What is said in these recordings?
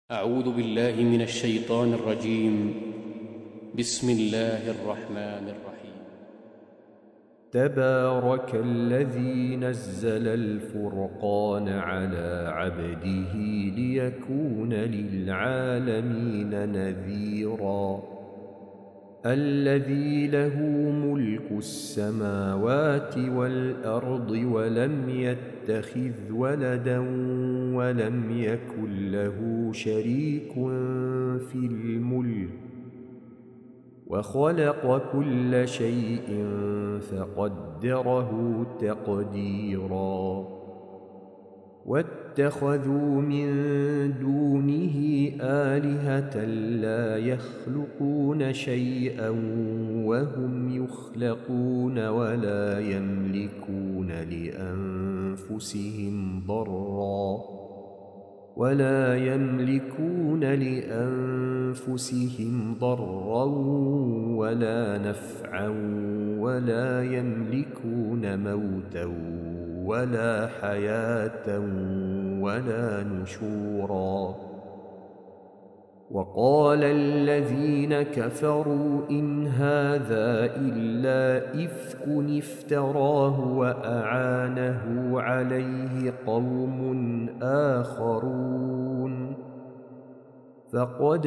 أعوذ بالله من الشيطان الرجيم. بسم الله الرحمن الرحيم. تبارك الذي نزل الفرقان على عبده ليكون للعالمين نذيرا الذي له ملك السماوات والأرض ولم يتخذ ولدا ولم يكن له شريك في الملك وخلق كل شيء فقدره تقديرا واتخذوا من دونه آلهة لا يخلقون شيئا وهم يخلقون ولا يملكون لأنفسهم ضرا ولا نفعا ولا يملكون موتا ولا حياة ولا نشورا وقال الذين كفروا إن هذا إلا إفك افتراه وأعانه عليه قوم آخرون فقد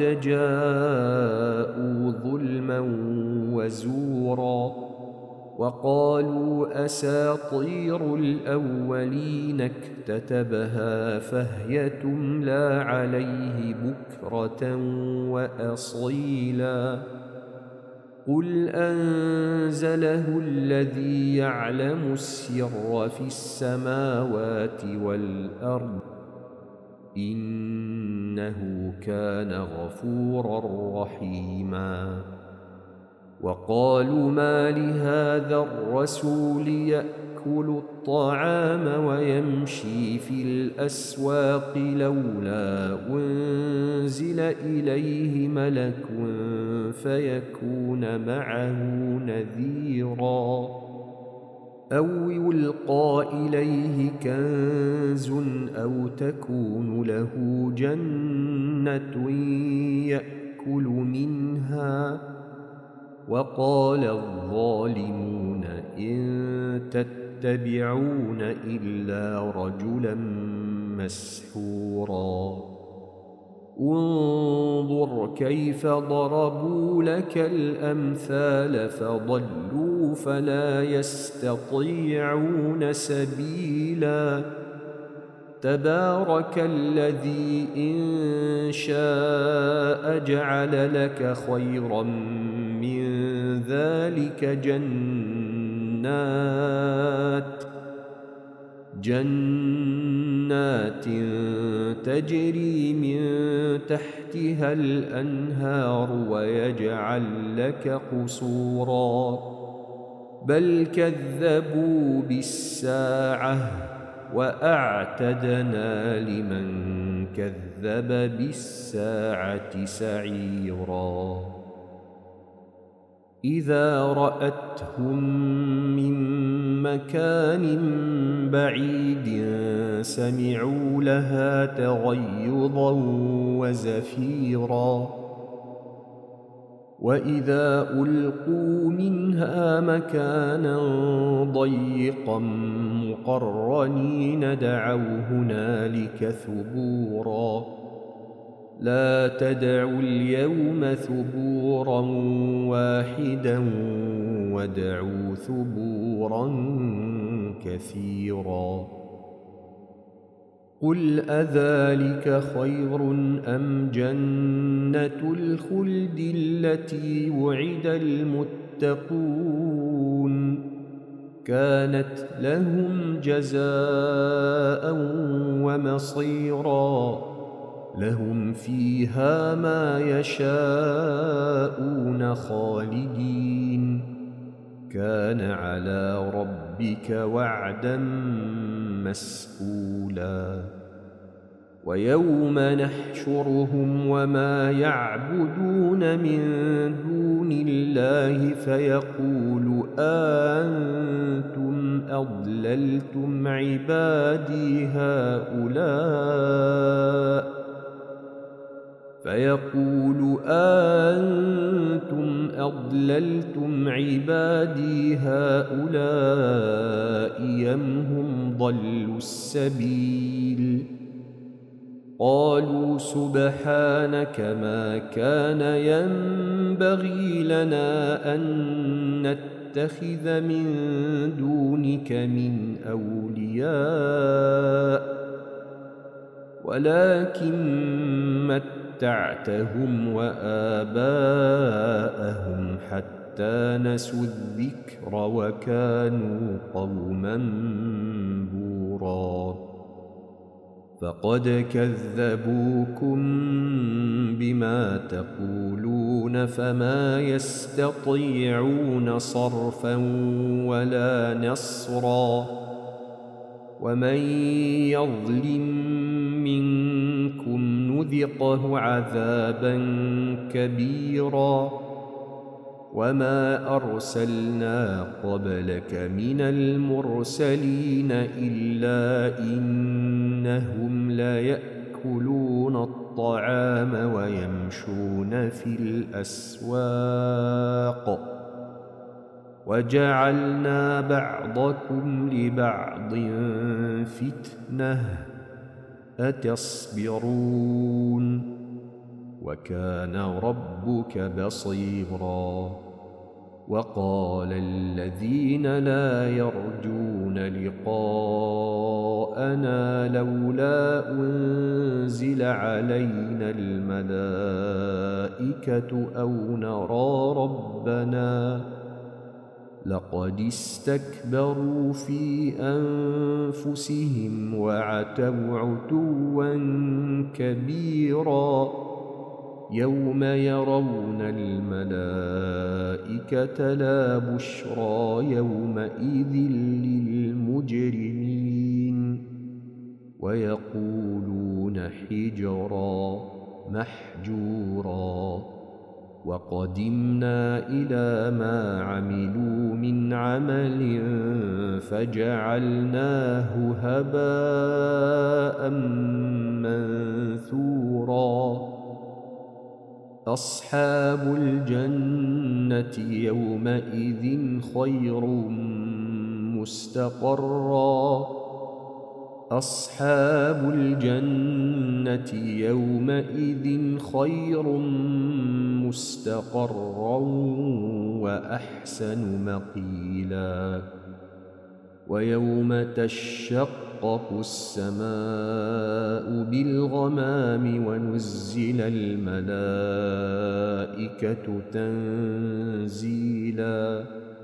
جاءوا ظلما وزورا وقالوا أساطير الأولين اكتتبها فهي تملى عليه بكرة وأصيلا قل أنزله الذي يعلم السر في السماوات والأرض إنه كان غفورا رحيما وقالوا ما لهذا الرسول يأكل الطعام ويمشي في الأسواق لولا أنزل إليه ملك فيكون معه نذيرا أو يلقى إليه كنز أو تكون له جنة يأكل منها وقال الظالمون إن تتبعون إلا رجلا مسحورا انظر كيف ضربوا لك الأمثال فضلوا فلا يستطيعون سبيلا تبارك الذي إن شاء جعل لك خيرا من ذلك جنات تجري من تحتها الأنهار ويجعل لك قصورا بل كذبوا بالساعة وأعتدنا لمن كذب بالساعة سعيرا إذا رأتهم من مكان بعيد سمعوا لها تغيظا وزفيرا وإذا ألقوا منها مكانا ضيقا مقرنين دعوا هنالك ثبورا لا تدعوا اليوم ثبورا واحدا وادعوا ثبورا كثيرا قل أذلك خير أم جنة الخلد التي وعد المتقون كانت لهم جزاء ومصيرا لهم فيها ما يشاءون خالدين كان على ربك وعدا مسئولا ويوم نحشرهم وما يعبدون من دون الله فيقول أنتم أضللتم عبادي هؤلاء فيقول أنتم أضللتم عبادي هؤلاء أم هم ضلوا السبيل قالوا سبحانك ما كان ينبغي لنا أن نتخذ من دونك من أولياء ولكن متعتهم وآباءهم حتى نسوا الذكر وكانوا قوما بورا فقد كذبوكم بما تقولون فما يستطيعون صرفا ولا نصرا ومن يظلم منكم نذقه عذابا كبيرا وما أرسلنا قبلك من المرسلين إلا إنهم ليأكلون الطعام ويمشون في الأسواق وجعلنا بعضكم لبعض فتنة أتصبرون وكان ربك بصيرا وقال الذين لا يرجون لقاءنا لولا أنزل علينا الملائكة أو نرى ربنا لقد استكبروا في أنفسهم وعتوا عتوا كبيرا يوم يرون الملائكة لا بشرى يومئذ للمجرمين ويقولون حجرا محجورا وقدمنا إلى ما عملوا من عمل فجعلناه هباء منثورا أصحاب الجنة يومئذ خير مستقرا أصحاب الجنة يومئذ خير مستقرا وأحسن مقيلا ويوم تشقق السماء بالغمام ونزل الملائكة تنزيلا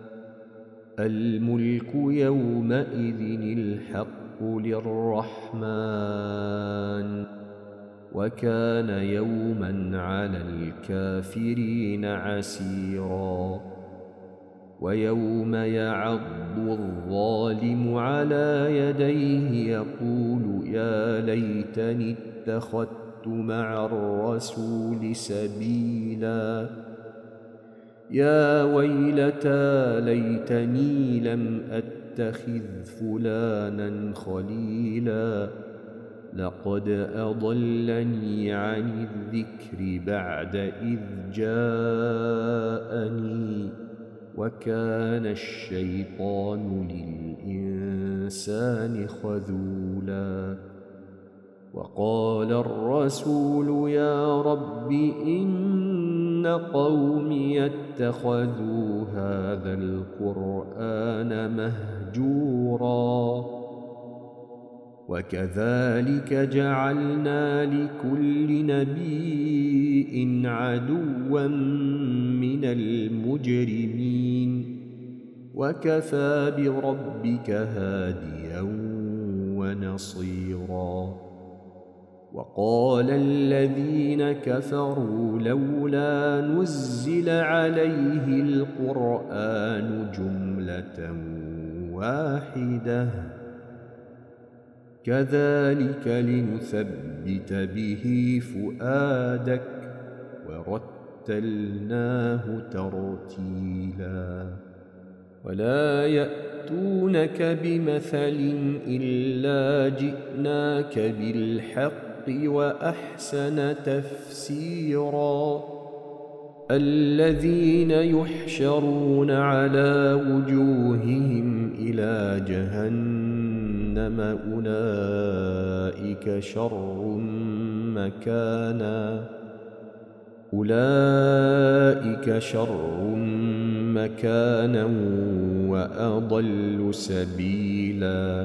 الملك يومئذ الحق للرحمن وكان يوما على الكافرين عسيرا ويوم يعض الظالم على يديه يقول يا ليتني اتخذت مع الرسول سبيلا يا ويلتى ليتني لم أتخذ فلانا خليلا لقد أضلني عن الذكر بعد إذ جاءني وكان الشيطان للإنسان خذولا وقال الرسول يا رب إن قومي اتخذوا هذا القرآن مهجورا وكذلك جعلنا لكل نبي عدوا من المجرمين وكفى بربك هاديا ونصيرا وقال الذين كفروا لولا نزل عليه القرآن جملة واحدة كذلك لنثبت به فؤادك ورتلناه ترتيلا ولا يأتونك بمثل إلا جئناك بالحق وأحسن تفسيرا الذين يحشرون على وجوههم إلى جهنم أولئك شر مكانا وأضل سبيلا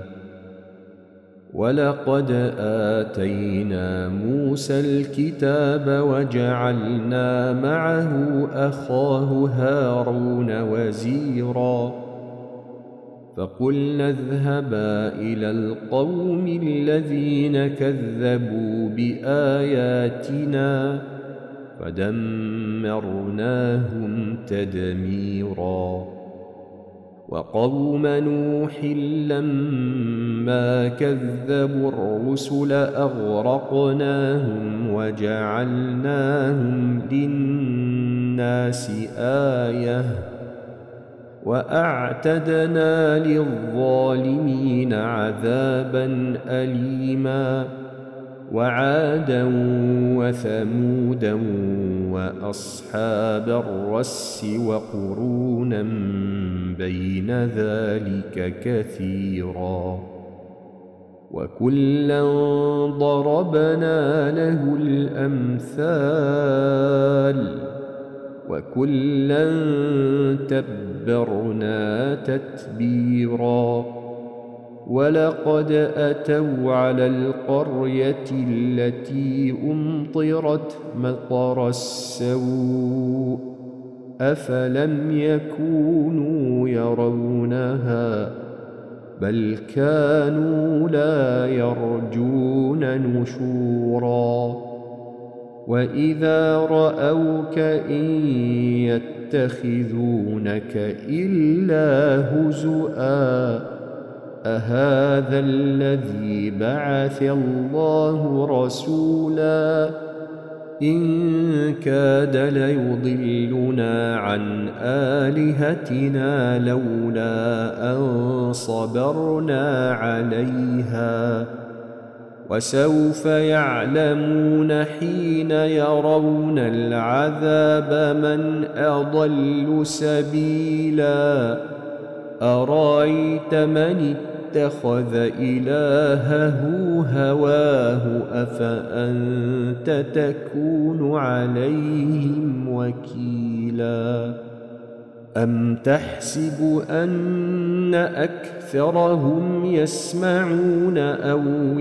ولقد آتينا موسى الكتاب وجعلنا معه أخاه هارون وزيرا فقلنا اذهبا إلى القوم الذين كذبوا بآياتنا فدمرناهم تدميرا وقوم نوح لما كذبوا الرسل أغرقناهم وجعلناهم للناس آية وأعتدنا للظالمين عذابا أليما وعادا وثمودا وأصحاب الرس وقرونا بين ذلك كثيرا وكلا ضربنا له الأمثال وكلا تبرنا تتبيرا ولقد أتوا على القرية التي أمطرت مطر السوء أفلم يكونوا يرونها بل كانوا لا يرجون نشورا وإذا رأوك إن يتخذونك إلا هزؤا أهذا الذي بعث الله رسولا إن كاد ليضلنا عن آلهتنا لولا أن صبرنا عليها وسوف يعلمون حين يرون العذاب من أضل سبيلا أرأيت من اتخذ إلهه هواه أفأنت تكون عليهم وكيلا أم تحسب أن أكثرهم يسمعون أو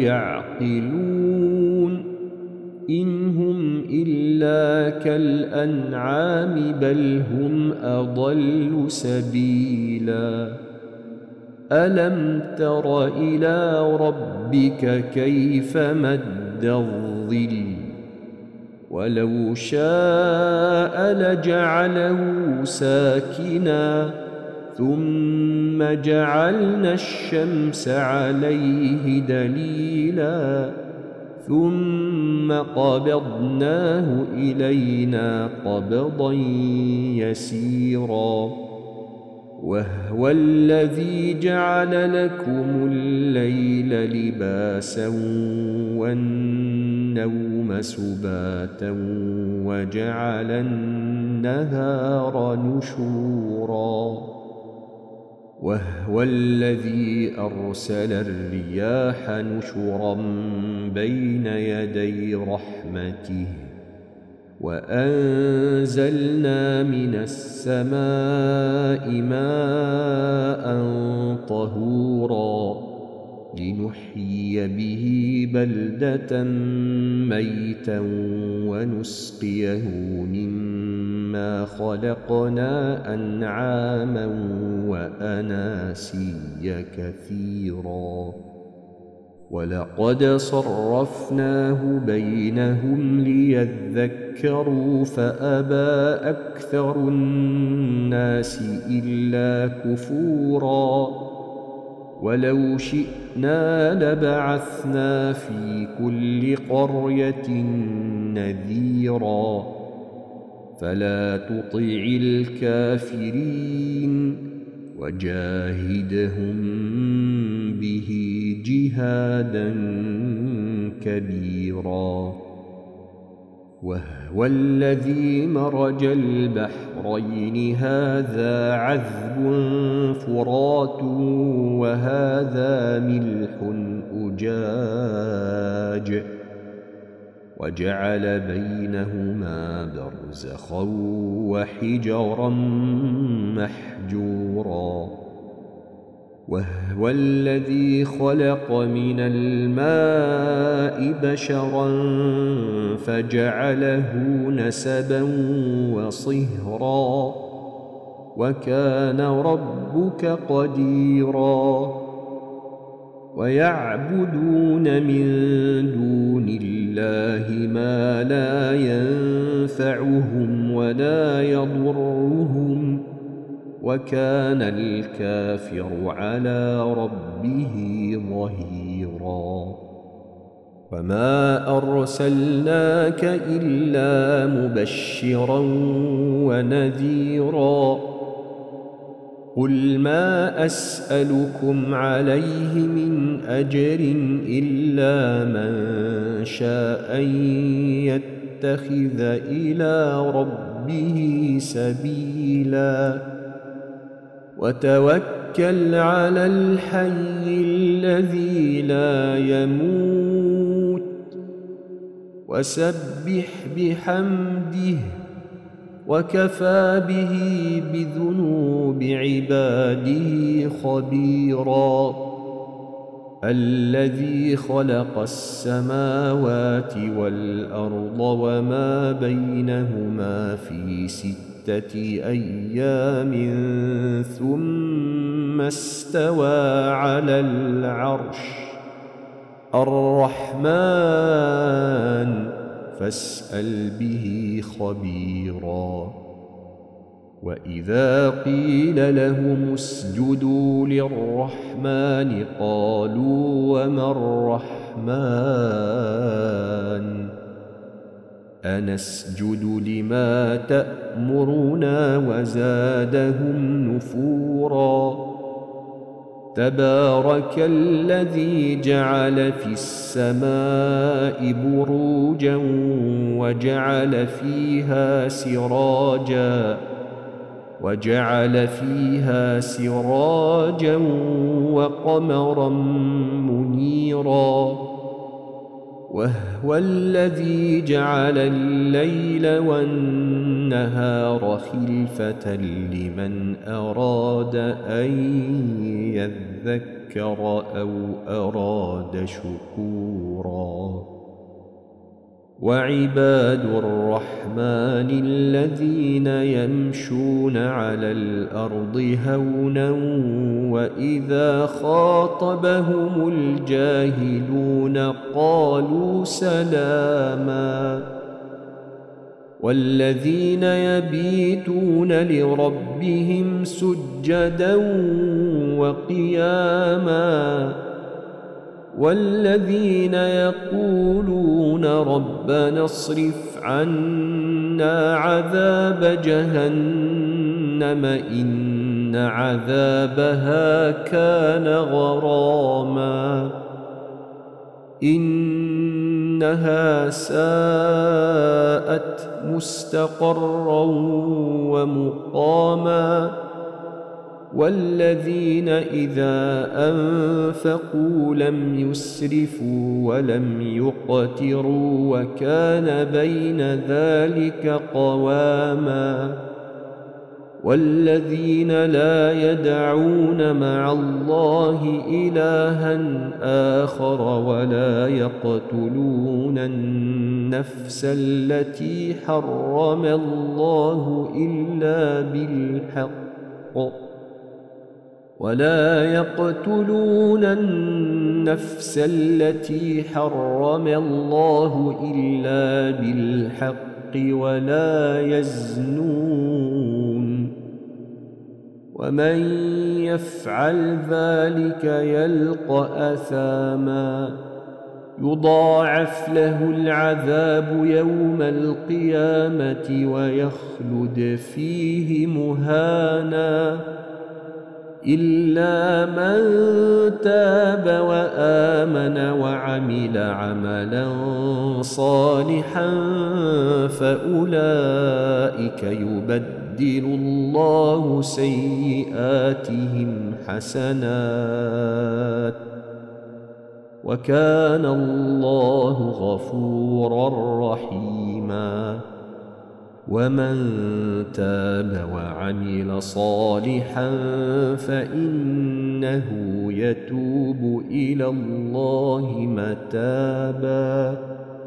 يعقلون إن هم إلا كالأنعام بل هم أضل سبيلا ألم تر إلى ربك كيف مد الظل ولو شاء لجعله ساكنا ثم جعلنا الشمس عليه دليلا ثم قبضناه إلينا قبضا يسيرا وهو الذي جعل لكم الليل لباسا والنوم سباتا وجعل النهار نشورا وهو الذي أرسل الرياح نشرا بين يدي رحمته وأنزلنا من السماء ماء طهورا لنحيي به بلدة ميتا ونسقيه مما خلقنا أنعاما وأناسيا كثيرا ولقد صرفناه بينهم ليذكروا فأبى أكثر الناس إلا كفورا ولو شئنا لبعثنا في كل قرية نذيرا فلا تطع الكافرين وجاهدهم به جهادا كبيرا وهو الذي مرج البحرين هذا عذب فرات وهذا ملح أجاج وجعل بينهما برزخا وحجرا محجورا وهو الذي خلق من الماء بشرا فجعله نسبا وصهرا وكان ربك قديرا ويعبدون من دون الله ما لا ينفعهم ولا يضرهم وكان الكافر على ربه ظهيرا وما أرسلناك إلا مبشرا ونذيرا قل ما أسألكم عليه من أجر إلا من شاء أن يتخذ إلى ربه سبيلا وتوكل على الحي الذي لا يموت وسبح بحمده وكفى به بذنوب عباده خبيرا الذي خلق السماوات والأرض وما بينهما في 6 أيام ثم استوى على العرش الرحمن فاسأل به خبيرا وإذا قيل لهم اسجدوا للرحمن قالوا وما الرحمن أنسجد لما تأمرنا وزادهم نفورا تبارك الذي جعل في السماء بروجا وجعل فيها سراجا وقمرا منيرا وهو الذي جعل الليل والنهار خلفة لمن أراد أن يذكر أو أراد شكورا وعباد الرحمن الذين يمشون على الأرض هونا وإذا خاطبهم الجاهلون قالوا سلاما والذين يبيتون لربهم سجدا وقياما والذين يقولون ربنا اصرف عنا عذاب جهنم إن عذابها كان غراما إنها ساءت مستقرا ومقاما والذين إذا أنفقوا لم يسرفوا ولم يقتروا وكان بين ذلك قواما والذين لا يدعون مع الله إلها آخر ولا يقتلون النفس التي حرم الله إلا بالحق ولا يقتلون النفس التي حرم الله إلا بالحق ولا يزنون ومن يفعل ذلك يلقى أثاما يضاعف له العذاب يوم القيامة ويخلد فيه مهانا إلا من تاب وآمن وعمل عملا صالحا فأولئك يبدل الله سيئاتهم حسنات وكان الله غفورا رحيما ومن تاب وعمل صالحا فإنه يتوب إلى الله متابا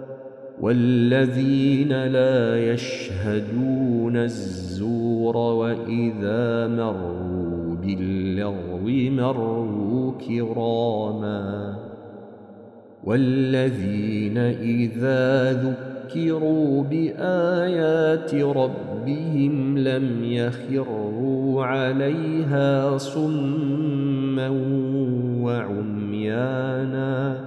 والذين لا يشهدون الزور وإذا مروا باللغو مروا كراما والذين إذا ذكروا بآيات ربهم لم يخروا عليها صما وعميانا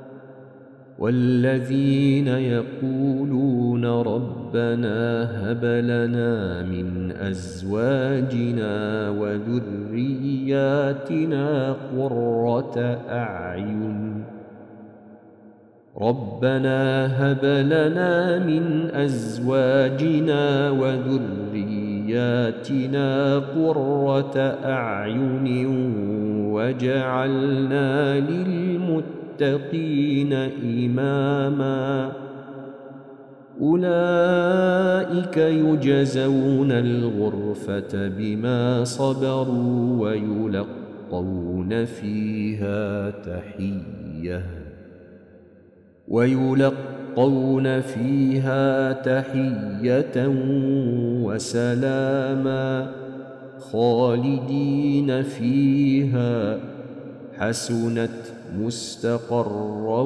والذين يقولون ربنا هب لنا من أزواجنا وذرياتنا قرة أعين ربنا هب لنا من أزواجنا وذرياتنا قرة أعين واجعلنا للمتقين إماما أولئك يجزون الغرفة بما صبروا ويلقون فيها تحية وسلاما خالدين فيها حسنت مستقرا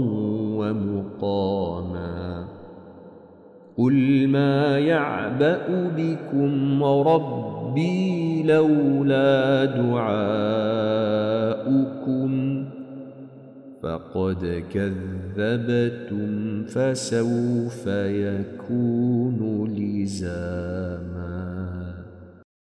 ومقاما قل ما يعبأ بكم ربي لولا دعاؤكم فقد كذبتم فسوف يكون لزاما